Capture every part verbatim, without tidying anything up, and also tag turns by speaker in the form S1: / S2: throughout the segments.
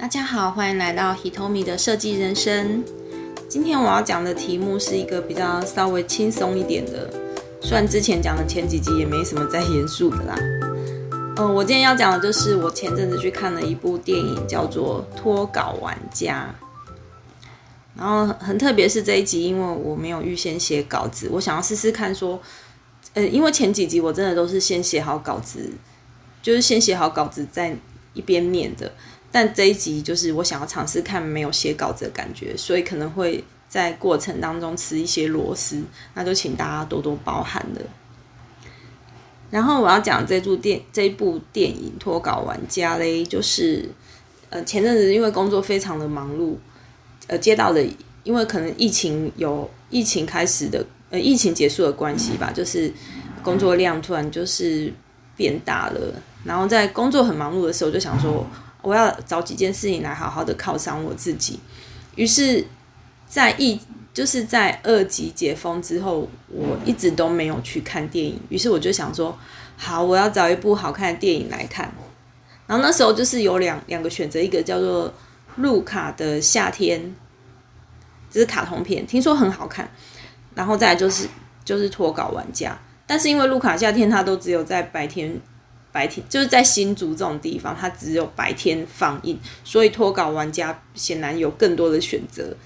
S1: 大家好，欢迎来到 Hitomi 的设计人生。今天我要讲的题目是一个比较稍微轻松一点的，虽然之前讲的前几集也没什么再严肃的啦。嗯，我今天要讲的就是我前阵子去看了一部电影，叫做《脱稿玩家》。然后很特别是这一集，因为我没有预先写稿子，我想要试试看说，呃，因为前几集我真的都是先写好稿子，就是先写好稿子在一边念的。但这一集就是我想要尝试看没有写稿子的感觉，所以可能会在过程当中吃一些螺丝，那就请大家多多包涵了。然后我要讲这部电这一部电影《脱稿玩家》嘞，就是呃前阵子因为工作非常的忙碌，呃接到了因为可能疫情有疫情开始的呃疫情结束的关系吧，就是工作量突然就是变大了，然后在工作很忙碌的时候就想说，我要找几件事情来好好的犒赏我自己。于是在一就是在二级解封之后，我一直都没有去看电影，于是我就想说，好，我要找一部好看的电影来看。然后那时候就是有两两个选择，一个叫做路卡的夏天，这是卡通片，听说很好看，然后再来就是就是脱稿玩家。但是因为路卡夏天它都只有在白天白天就是在新竹这种地方，它只有白天放映，所以脱稿玩家显然有更多的选择。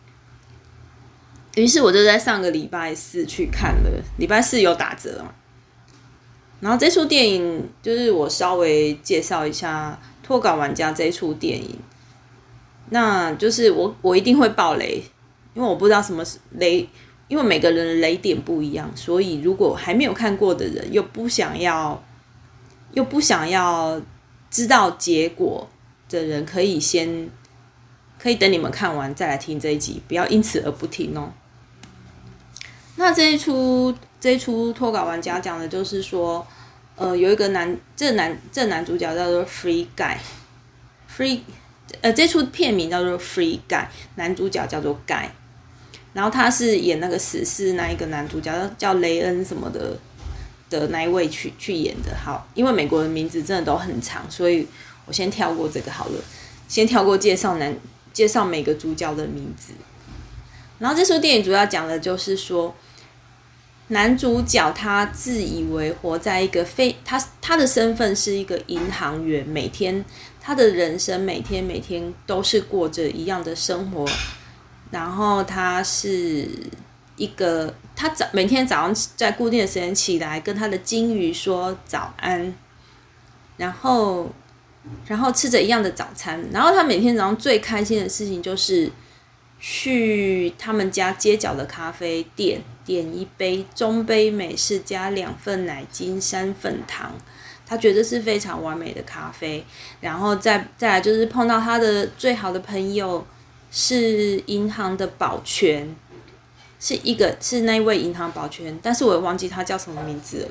S1: 于是我就在上个礼拜四去看了，礼拜四有打折嘛。然后这出电影就是我稍微介绍一下脱稿玩家这一出电影，那就是我我一定会爆雷，因为我不知道什么雷，因为每个人的雷点不一样，所以如果还没有看过的人又不想要。又不想要知道结果的人，可以先可以等你们看完再来听这一集，不要因此而不听哦。那这一出这一出脱稿玩家讲的就是说，呃，有一个男这男这男主角叫做 Free Guy，Free 呃这出片名叫做 Free Guy， 男主角叫做 Guy， 然后他是演那个死侍那一个男主角叫雷恩什么的。的那一位去去演的。好，因为美国的名字真的都很长，所以我先跳过这个好了，先跳过介绍男介绍每个主角的名字。然后这出电影主要讲的就是说，男主角他自以为活在一个非他他的身份是一个银行员，每天他的人生每天每天都是过着一样的生活，然后他是一个他早每天早上在固定的时间起来，跟他的金鱼说早安，然后然后吃着一样的早餐，然后他每天早上最开心的事情就是去他们家街角的咖啡店点一杯中杯美式加两份奶精三份糖，他觉得是非常完美的咖啡。然后再再来就是碰到他的最好的朋友是银行的保全。是一个是那一位银行保全，但是我也忘记他叫什么名字了。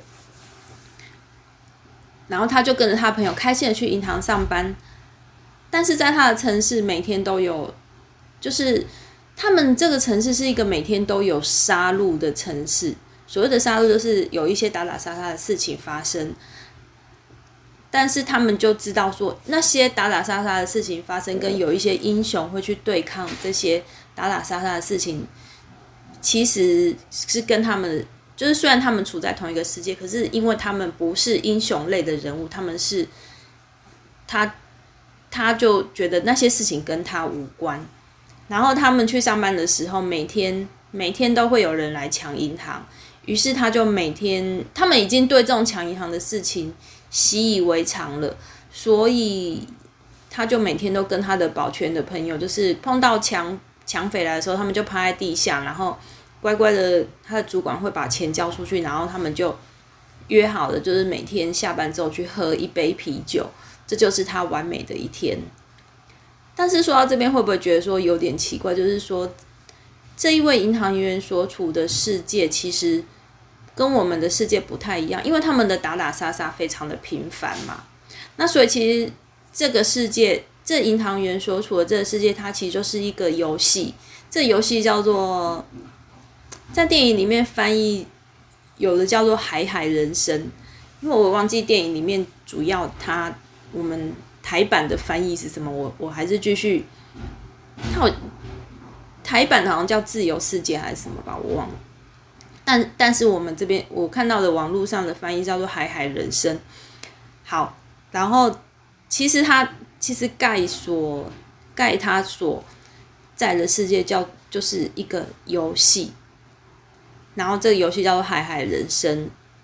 S1: 然后他就跟着他朋友开心的去银行上班，但是在他的城市每天都有，就是他们这个城市是一个每天都有杀戮的城市。所谓的杀戮就是有一些打打杀杀的事情发生，但是他们就知道说那些打打杀杀的事情发生，跟有一些英雄会去对抗这些打打杀杀的事情。其实是跟他们，就是虽然他们处在同一个世界，可是因为他们不是英雄类的人物，他们是他他就觉得那些事情跟他无关。然后他们去上班的时候，每天每天都会有人来抢银行，于是他就每天他们已经对这种抢银行的事情习以为常了，所以他就每天都跟他的保全的朋友，就是碰到抢。抢匪来的时候，他们就趴在地下，然后乖乖的，他的主管会把钱交出去，然后他们就约好了，就是每天下班之后去喝一杯啤酒，这就是他完美的一天。但是说到这边，会不会觉得说有点奇怪？就是说，这一位银行员所处的世界，其实跟我们的世界不太一样，因为他们的打打杀杀非常的频繁嘛。那所以其实这个世界。这银行员所处的这个世界，它其实就是一个游戏。这游戏叫做，在电影里面翻译有的叫做海海人生，因为我忘记电影里面主要他我们台版的翻译是什么，我我还是继续。它有台版好像叫《自由世界》还是什么吧，我忘了。但但是我们这边我看到的网络上的翻译叫做《海海人生》。好，然后其实它其实盖所盖他所在的世界叫就是一个游戏，然后这个游戏叫做《海海人生》。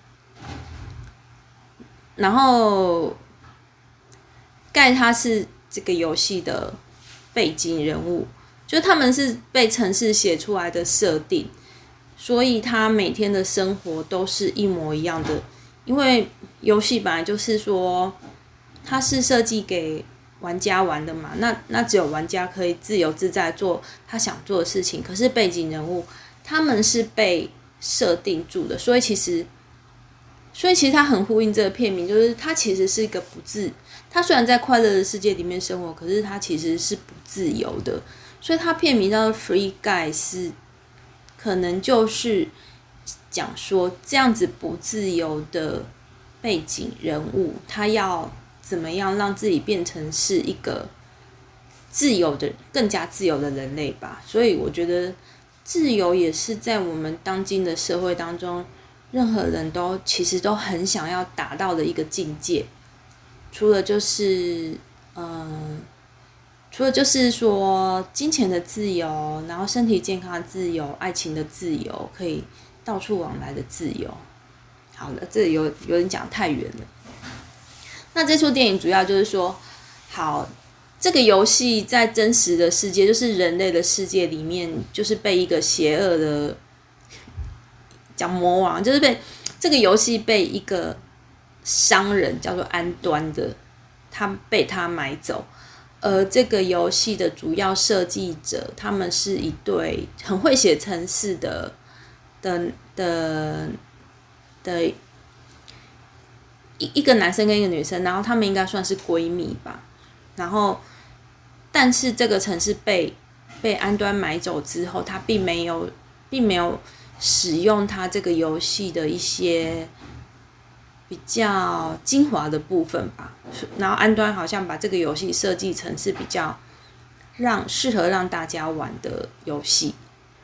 S1: 然后盖他是这个游戏的背景人物，就他们是被程式写出来的设定，所以他每天的生活都是一模一样的。因为游戏本来就是说它是设计给玩家玩的嘛，那那只有玩家可以自由自在做他想做的事情，可是背景人物他们是被设定住的，所以其实所以其实它很呼应这个片名，就是它其实是一个不自，它虽然在快乐的世界里面生活，可是它其实是不自由的。所以它片名叫做 Free Guy， 是可能就是讲说这样子不自由的背景人物，他要怎么样让自己变成是一个自由的、更加自由的人类吧。所以我觉得自由也是在我们当今的社会当中，任何人都其实都很想要达到的一个境界。除了就是嗯，除了就是说金钱的自由，然后身体健康的自由，爱情的自由，可以到处往来的自由。好了，这里有有点讲太远了。那这出电影主要就是说，好，这个游戏在真实的世界，就是人类的世界里面，就是被一个邪恶的讲魔王，就是被这个游戏被一个商人叫做安端的，他被他买走。而这个游戏的主要设计者，他们是一对很会写程式的的的的一一个男生跟一个女生，然后他们应该算是闺蜜吧。然后，但是这个程式被被安端买走之后，他并没有并没有使用他这个游戏的一些比较精华的部分吧。然后安端好像把这个游戏设计成是比较让适合让大家玩的游戏，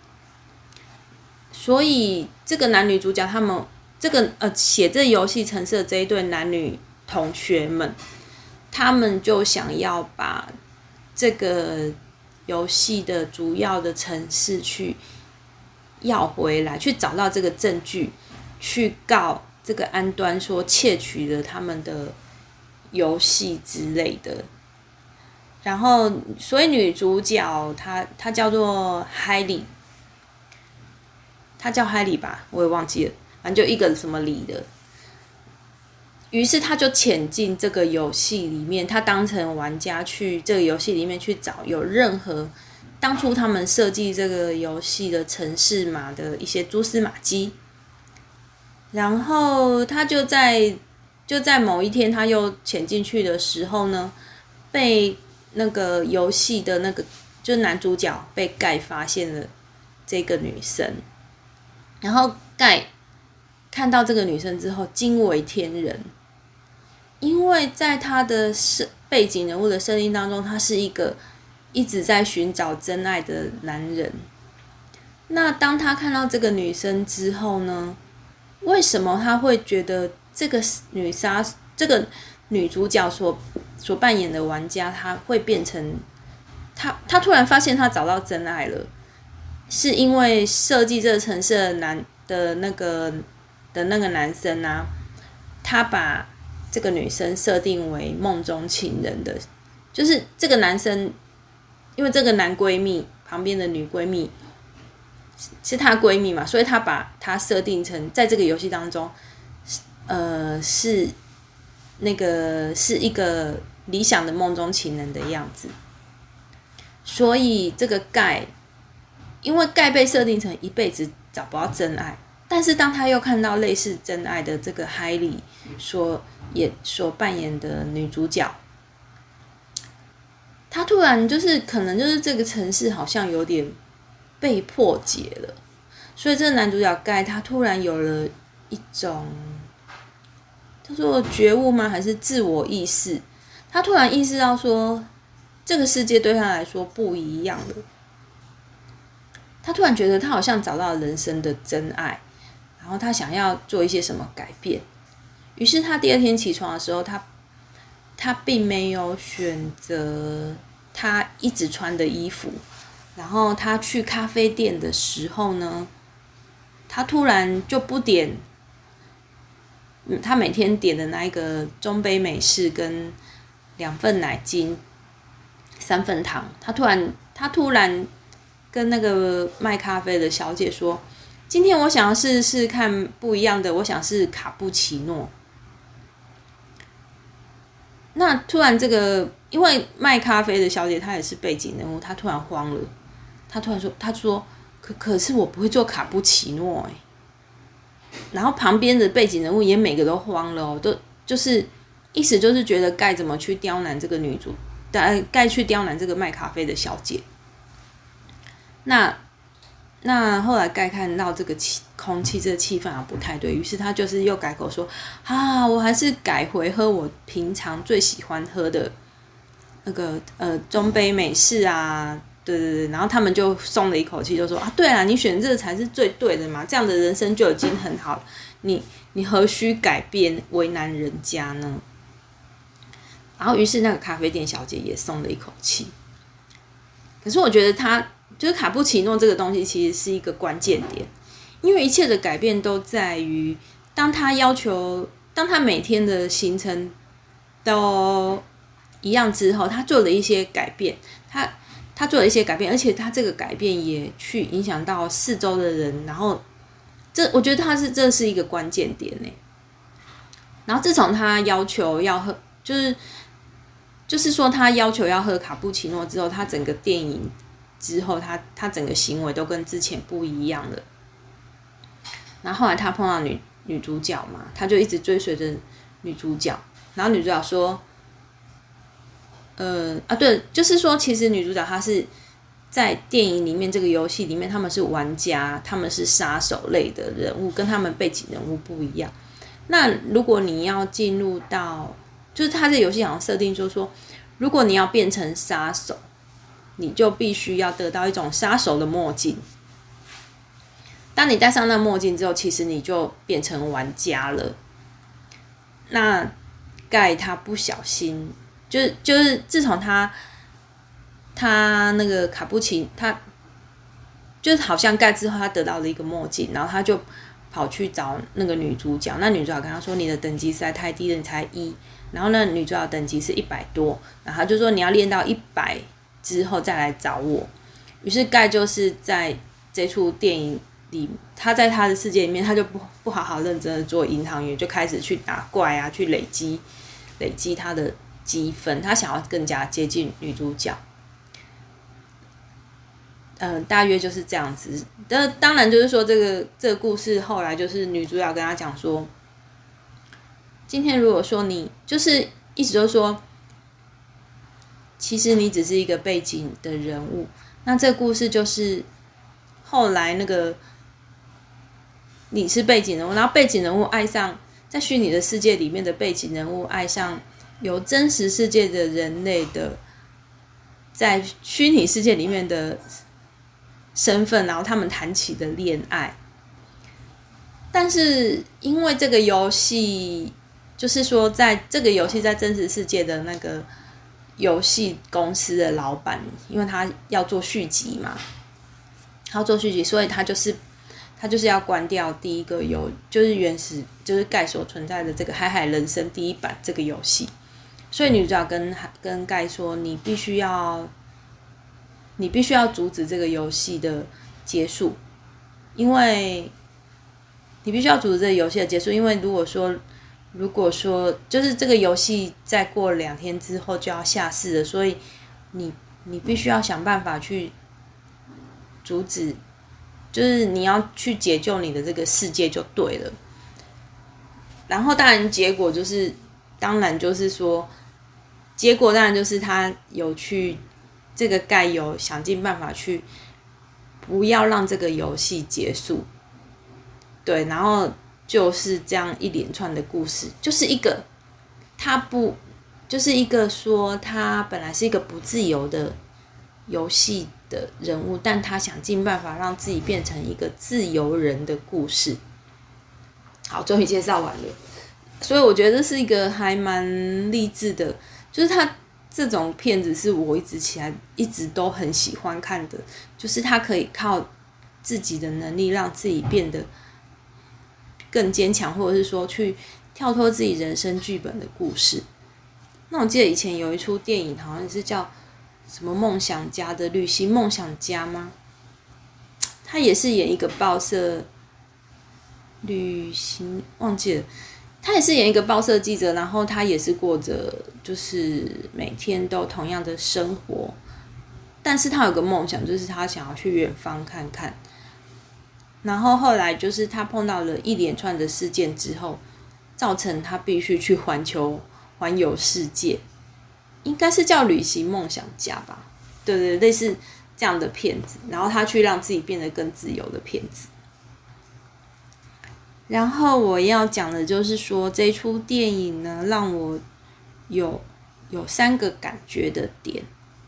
S1: 所以这个男女主角他们这个呃写这游戏程式的这一对男女同学们，他们就想要把这个游戏的主要的程式去要回来，去找到这个证据，去告这个安端说窃取了他们的游戏之类的。然后所以女主角她她叫做海莉，她叫海莉吧，我也忘记了，反正就一个什么莉的。于是他就潜进这个游戏里面，他当成玩家去这个游戏里面去找有任何当初他们设计这个游戏的程式码的一些蛛丝马迹。然后他就在就在某一天他又潜进去的时候呢，被那个游戏的那个就是男主角被盖发现了这个女生，然后盖看到这个女生之后惊为天人，因为在他的背景人物的设定当中，他是一个一直在寻找真爱的男人。那当他看到这个女生之后呢，为什么他会觉得这个女杀这个女主角所所扮演的玩家，他会变成他他突然发现他找到真爱了，是因为设计这个城市的男的那个的那个男生啊，他把这个女生设定为梦中情人的，就是这个男生，因为这个男闺蜜旁边的女闺蜜是她闺蜜嘛，所以他把她设定成在这个游戏当中，呃，是那个是一个理想的梦中情人的样子。所以这个盖，因为盖被设定成一辈子找不到真爱，但是当他又看到类似真爱的这个海莉所也所扮演的女主角，他突然就是可能就是这个城市好像有点被破解了，所以这个男主角盖他突然有了一种叫做觉悟吗？还是自我意识？ 他突然意识到说，这个世界对他来说不一样了。他突然觉得他好像找到了人生的真爱，然后他想要做一些什么改变。于是他第二天起床的时候，他他并没有选择他一直穿的衣服，然后他去咖啡店的时候呢，他突然就不点，嗯，他每天点的那一个中杯美式跟两份奶精、三份糖，他突然他突然跟那个卖咖啡的小姐说，今天我想要试试看不一样的，我想试卡布奇诺。那突然这个，因为卖咖啡的小姐她也是背景人物，她突然慌了，她突然说，她说可可是我不会做卡布奇诺哎、欸，然后旁边的背景人物也每个都慌了哦，都就是意思就是觉得该怎么去刁难这个女主，该去刁难这个卖咖啡的小姐。那那后来盖看到这个气空气这个气氛啊不太对，于是他就是又改口说啊，我还是改回喝我平常最喜欢喝的那个呃中杯美式啊，对对对，然后他们就松了一口气，就说啊，对啊，你选这个才是最对的嘛，这样的人生就已经很好了，你你何须改变为难人家呢？然后于是那个咖啡店小姐也松了一口气。可是我觉得他就是卡布奇诺这个东西其实是一个关键点，因为一切的改变都在于当他要求当他每天的行程都一样之后，他做了一些改变，他他做了一些改变，而且他这个改变也去影响到四周的人，然后这我觉得他是这是一个关键点耶。然后自从他要求要喝就是就是说他要求要喝卡布奇诺之后，他整个电影之后他他整个行为都跟之前不一样了。然后后来他碰到女女主角嘛，他就一直追随着女主角，然后女主角说呃啊对，就是说其实女主角她是在电影里面这个游戏里面他们是玩家，他们是杀手类的人物，跟他们背景人物不一样。那如果你要进入到就是他这个游戏好像设定就是说，如果你要变成杀手，你就必须要得到一种杀手的墨镜。当你戴上那墨镜之后，其实你就变成玩家了。那盖他不小心，就是就是自从他他那个卡布奇，他就是好像盖之后，他得到了一个墨镜，然后他就跑去找那个女主角。那女主角跟他说：“你的等级实在太低了，你才一。”然后那女主角等级是一百多，然后他就说：“你要练到一百之后再来找我。”于是盖就是在这出电影里，他在他的世界里面，他就不不好好认真的做银行员，就开始去打怪啊，去累积累积他的积分，他想要更加接近女主角。嗯、呃，大约就是这样子。但当然就是说，这个这个故事后来就是女主角跟他讲说，今天如果说你就是意思就是说，其实你只是一个背景的人物，那这个故事就是后来那个你是背景人物，然后背景人物爱上在虚拟的世界里面的背景人物爱上有真实世界的人类的在虚拟世界里面的身份，然后他们谈起的恋爱。但是因为这个游戏就是说在这个游戏在真实世界的那个游戏公司的老板，因为他要做续集嘛，他要做续集，所以他就是他就是要关掉第一个游就是原始就是盖所存在的这个海海人生第一版这个游戏。所以女主角跟跟盖说，你必须要你必须要阻止这个游戏的结束，因为你必须要阻止这个游戏的结束，因为如果说如果说就是这个游戏再过两天之后就要下市了，所以你你必须要想办法去阻止，就是你要去解救你的这个世界就对了。然后当然结果就是当然就是说结果当然就是他有去这个盖有想尽办法去不要让这个游戏结束，对，然后就是这样一连串的故事，就是一个他不就是一个说他本来是一个不自由的游戏的人物，但他想尽办法让自己变成一个自由人的故事。好，终于介绍完了。所以我觉得这是一个还蛮励志的，就是他这种片子是我一直起来一直都很喜欢看的，就是他可以靠自己的能力让自己变得更坚强，或者是说去跳脱自己人生剧本的故事。那我记得以前有一出电影好像是叫什么梦想家的旅行梦想家吗？他也是演一个报社旅行忘记了，他也是演一个报社记者，然后他也是过着就是每天都同样的生活，但是他有个梦想，就是他想要去远方看看。然后后来就是他碰到了一连串的事件之后，造成他必须去环球环游世界，应该是叫旅行梦想家吧，对对，类似这样的片子，然后他去让自己变得更自由的片子。然后我要讲的就是说，这出电影呢，让我有有三个感觉的点。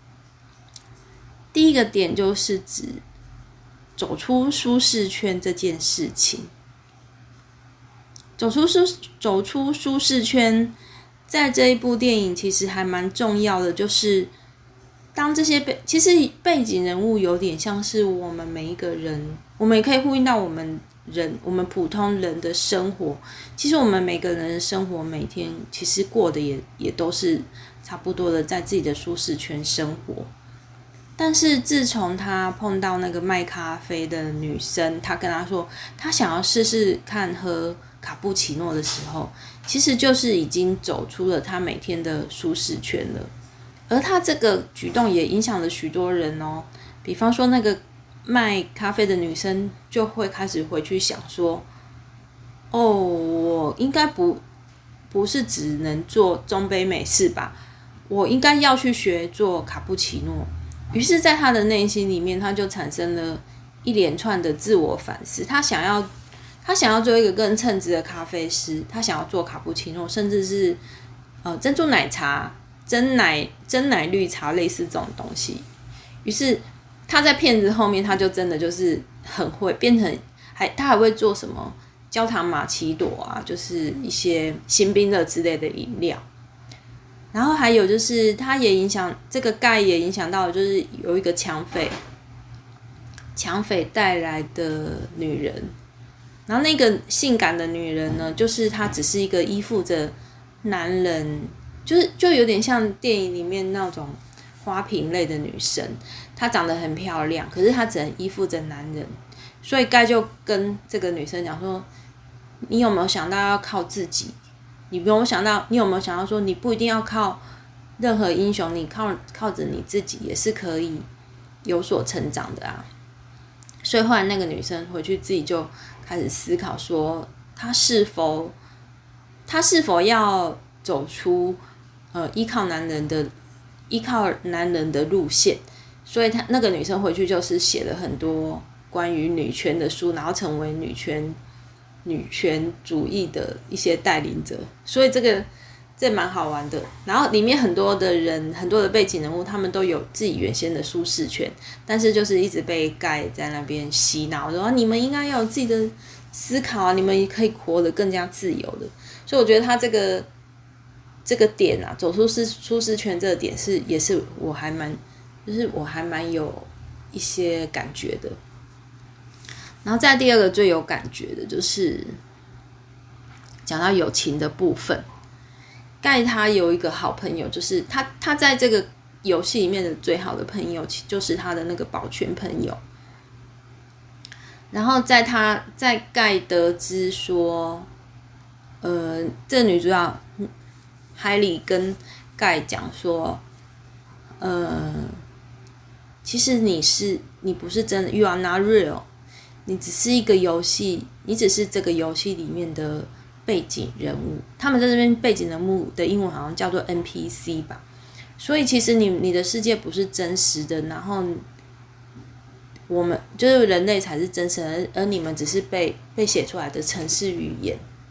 S1: 第一个点就是指走出舒适圈这件事情。走出舒走出舒适圈，在这一部电影其实还蛮重要的，就是当这些背其实背景人物有点像是我们每一个人，我们也可以呼应到我们人我们普通人的生活。其实我们每个人的生活每天其实过的也也都是差不多的，在自己的舒适圈生活。但是自从他碰到那个卖咖啡的女生，他跟他说他想要试试看喝卡布奇诺的时候，其实就是已经走出了他每天的舒适圈了。而他这个举动也影响了许多人哦，比方说那个卖咖啡的女生就会开始回去想说，哦，我应该不不是只能做中杯美式吧，我应该要去学做卡布奇诺。于是在他的内心里面，他就产生了一连串的自我反思，他想要他想要做一个更称职的咖啡师，他想要做卡布奇诺，甚至是呃珍珠奶茶、真奶、真奶绿茶类似这种东西。于是他在片子后面，他就真的就是很会变成，还他还会做什么焦糖玛奇朵啊，就是一些新冰乐之类的饮料。然后还有就是，他也影响这个盖也影响到，就是有一个抢匪，抢匪带来的女人。然后那个性感的女人呢，就是她只是一个依附着男人，就是就有点像电影里面那种花瓶类的女生。她长得很漂亮，可是她只能依附着男人。所以盖就跟这个女生讲说：“你有没有想到要靠自己？你有没有想到？你有没有想到说，你不一定要靠任何英雄，你靠靠着你自己也是可以有所成长的啊。”所以后来那个女生回去自己就开始思考说，她是否她是否要走出呃依靠男人的依靠男人的路线。所以她那个女生回去就是写了很多关于女权的书，然后成为女权女权主义的一些带领者。所以这个这蛮好玩的。然后里面很多的人，很多的背景人物，他们都有自己原先的舒适圈，但是就是一直被盖在那边洗脑，说你们应该要有自己的思考啊，你们可以活得更加自由的。所以我觉得他这个这个点啊，走出舒适圈这个点是也是我还蛮就是我还蛮有一些感觉的。然后再第二个最有感觉的就是讲到友情的部分。盖他有一个好朋友，就是他他在这个游戏里面的最好的朋友就是他的那个保全朋友。然后在他在盖得知说呃这个女主角海里跟盖讲说呃其实你是你不是真的 you are not real， 你只是一个游戏，你只是这个游戏里面的背景人物。他们在这边背景人物的英文好像叫做 N P C 吧。所以其实你你的世界不是真实的，然后我们就是人类才是真实的，而你们只是被被写出来的程式语言。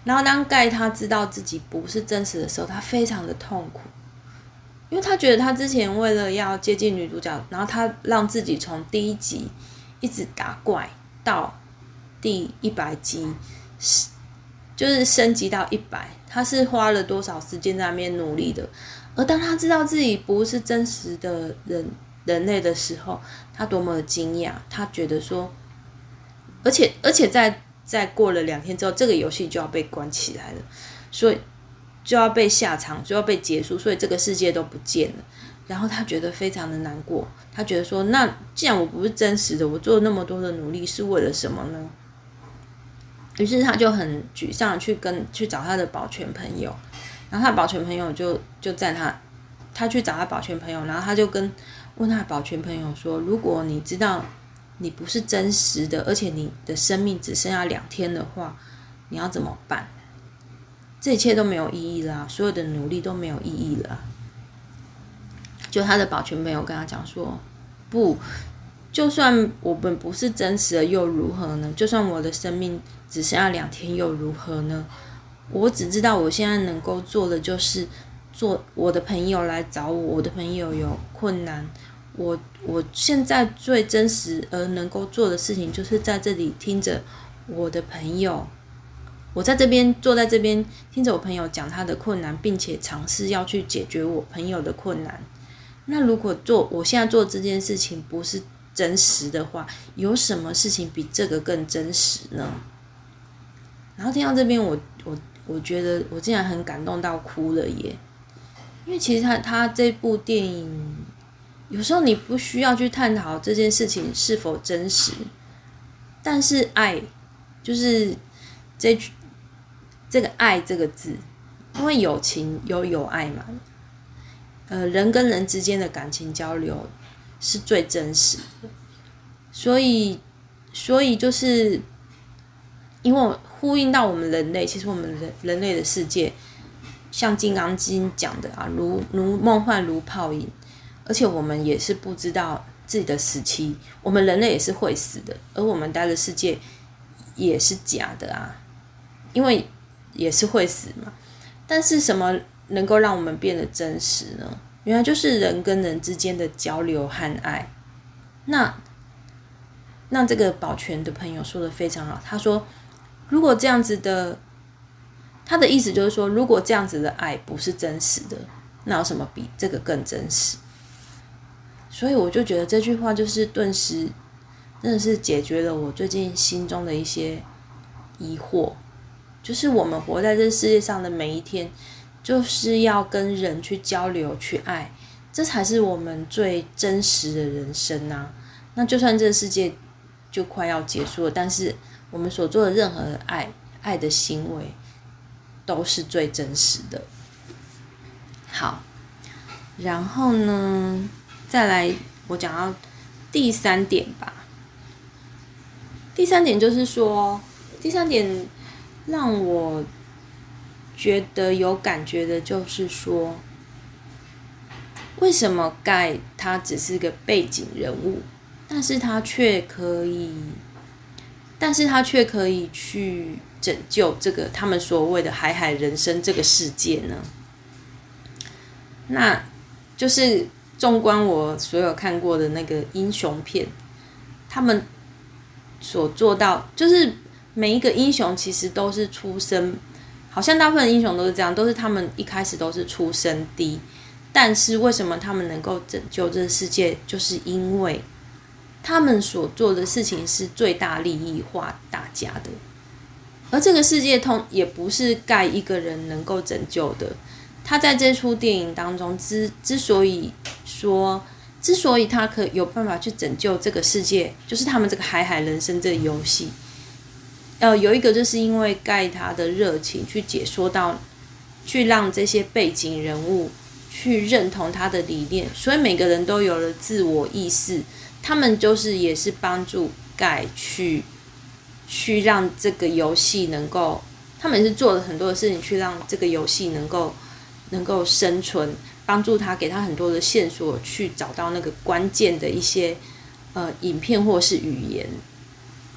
S1: 然后当盖他知道自己不是真实的时候，他非常的痛苦，因为他觉得他之前为了要接近女主角，然后他让自己从第一集一直打怪到第一百集，就是升级到一百，他是花了多少时间在那边努力的。而当他知道自己不是真实的人人类的时候，他多么的惊讶，他觉得说，而且而且在在过了两天之后，这个游戏就要被关起来了，所以就要被下场，就要被结束，所以这个世界都不见了。然后他觉得非常的难过，他觉得说，那既然我不是真实的，我做了那么多的努力是为了什么呢？于是他就很沮丧去跟去找他的保全朋友，然后他的保全朋友就就在他他去找他保全朋友，然后他就跟问他的保全朋友说，如果你知道你不是真实的，而且你的生命只剩下两天的话，你要怎么办？这一切都没有意义啦，所有的努力都没有意义了。就他的保全朋友跟他讲说，不，就算我们不是真实的又如何呢？就算我的生命只剩下两天又如何呢？我只知道我现在能够做的就是做我的朋友来找我，我的朋友有困难，我我现在最真实而能够做的事情就是在这里听着我的朋友，我在这边坐在这边听着我朋友讲他的困难，并且尝试要去解决我朋友的困难。那如果做我现在做这件事情不是真实的话，有什么事情比这个更真实呢？然后听到这边我我我觉得我竟然很感动到哭了耶。因为其实他他这部电影有时候你不需要去探讨这件事情是否真实，但是爱就是这这个爱这个字，因为有情有有爱嘛，呃，人跟人之间的感情交流是最真实的，所以所以就是因为呼应到我们人类，其实我们人人类的世界，像《金刚经》讲的啊，如如梦幻如泡影，而且我们也是不知道自己的死期，我们人类也是会死的，而我们待的世界也是假的啊，因为也是会死嘛。但是什么能够让我们变得真实呢？原来就是人跟人之间的交流和爱。那那这个保全的朋友说的非常好，他说如果这样子的，他的意思就是说，如果这样子的爱不是真实的，那有什么比这个更真实？所以我就觉得这句话就是顿时真的是解决了我最近心中的一些疑惑，就是我们活在这世界上的每一天，就是要跟人去交流去爱，这才是我们最真实的人生啊。那就算这个世界就快要结束了，但是我们所做的任何的爱爱的行为都是最真实的。好，然后呢再来我讲到第三点吧。第三点就是说，第三点让我觉得有感觉的就是说，为什么盖他只是个背景人物，但是他却可以但是他却可以去拯救这个他们所谓的海海人生这个世界呢？那就是纵观我所有看过的那个英雄片，他们所做到，就是每一个英雄其实都是出身，好像大部分的英雄都是这样，都是他们一开始都是出身低，但是为什么他们能够拯救这个世界，就是因为他们所做的事情是最大利益化大家的，而这个世界通也不是盖一个人能够拯救的。他在这出电影当中之之所以说，之所以他可有办法去拯救这个世界，就是他们这个海海人生这个游戏，呃，有一个就是因为盖他的热情去解说到，去让这些背景人物去认同他的理念，所以每个人都有了自我意识。他们就是也是帮助盖去去让这个游戏能够，他们也是做了很多的事情去让这个游戏能够能够生存，帮助他，给他很多的线索去找到那个关键的一些呃影片或是语言。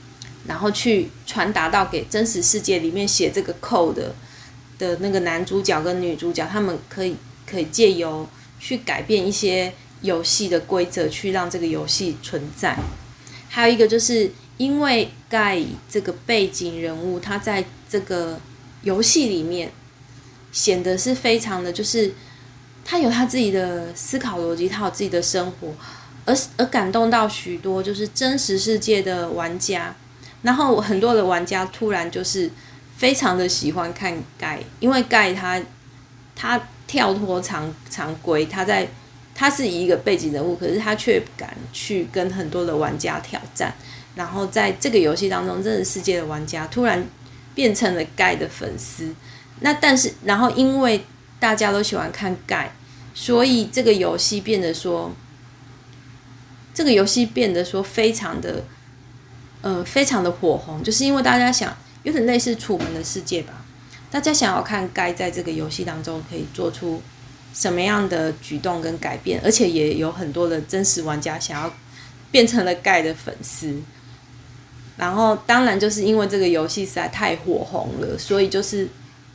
S1: 然后去传达到给真实世界里面写这个 code 的的那个男主角跟女主角，他们可以可以借由去改变一些游戏的规则，去让这个游戏存在。还有一个就是因为盖这个背景人物，他在这个游戏里面显得是非常的，就是他有他自己的思考逻辑，他有自己的生活，而而感动到许多就是真实世界的玩家。然后很多的玩家突然就是非常的喜欢看盖，因为盖他他跳脱常常规，他在他是以一个背景人物，可是他却敢去跟很多的玩家挑战。然后在这个游戏当中，真实世界的玩家突然变成了盖的粉丝。那但是，然后因为大家都喜欢看盖，所以这个游戏变得说，这个游戏变得说非常的，呃，非常的火红，就是因为大家想，有点类似楚门的世界吧。大家想要看盖在这个游戏当中可以做出什么样的举动跟改变，而且也有很多的真实玩家想要变成了盖的粉丝。然后当然就是因为这个游戏实在太火红了，所以就是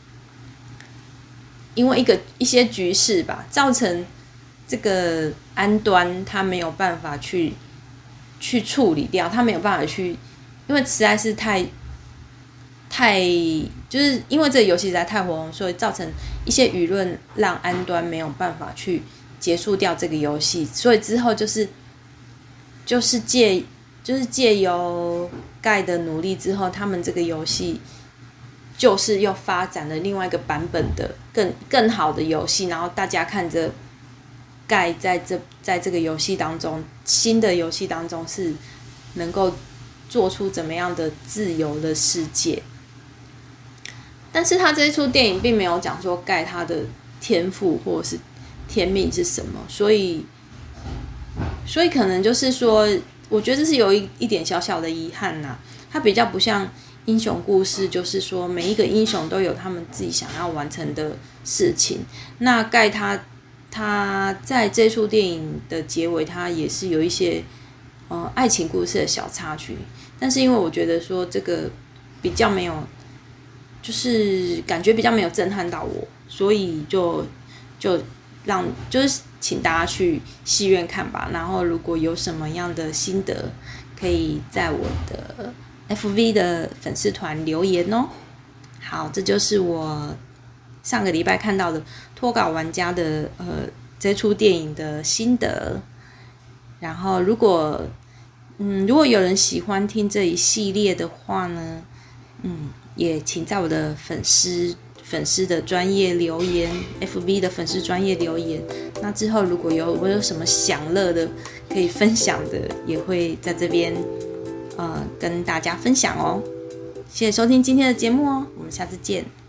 S1: 因为一个一些局势吧，造成这个安端他没有办法去去处理掉，他没有办法去，因为实在是太太就是因为这个游戏实在太火红，所以造成一些舆论让安端没有办法去结束掉这个游戏，所以之后就是就是借就是借由盖的努力之后，他们这个游戏就是又发展了另外一个版本的更更好的游戏，然后大家看着盖在这在这个游戏当中，新的游戏当中是能够做出怎么样的自由的世界。但是他这一出电影并没有讲说盖他的天赋或者是天命是什么，所以所以可能就是说，我觉得这是有 一, 一点小小的遗憾呐。它比较不像英雄故事，就是说每一个英雄都有他们自己想要完成的事情。那盖他他在这出电影的结尾，他也是有一些呃爱情故事的小插曲，但是因为我觉得说这个比较没有，就是感觉比较没有震撼到我，所以就就让就是请大家去戏院看吧。然后如果有什么样的心得，可以在我的 F V 的粉丝团留言哦。好，这就是我上个礼拜看到的脱稿玩家的呃这出电影的心得。然后如果嗯如果有人喜欢听这一系列的话呢，嗯也请在我的粉丝粉丝的专页留言 ，F B 的粉丝专页留言。那之后如果有我有什么享乐的可以分享的，也会在这边呃跟大家分享哦。谢谢收听今天的节目哦，我们下次见。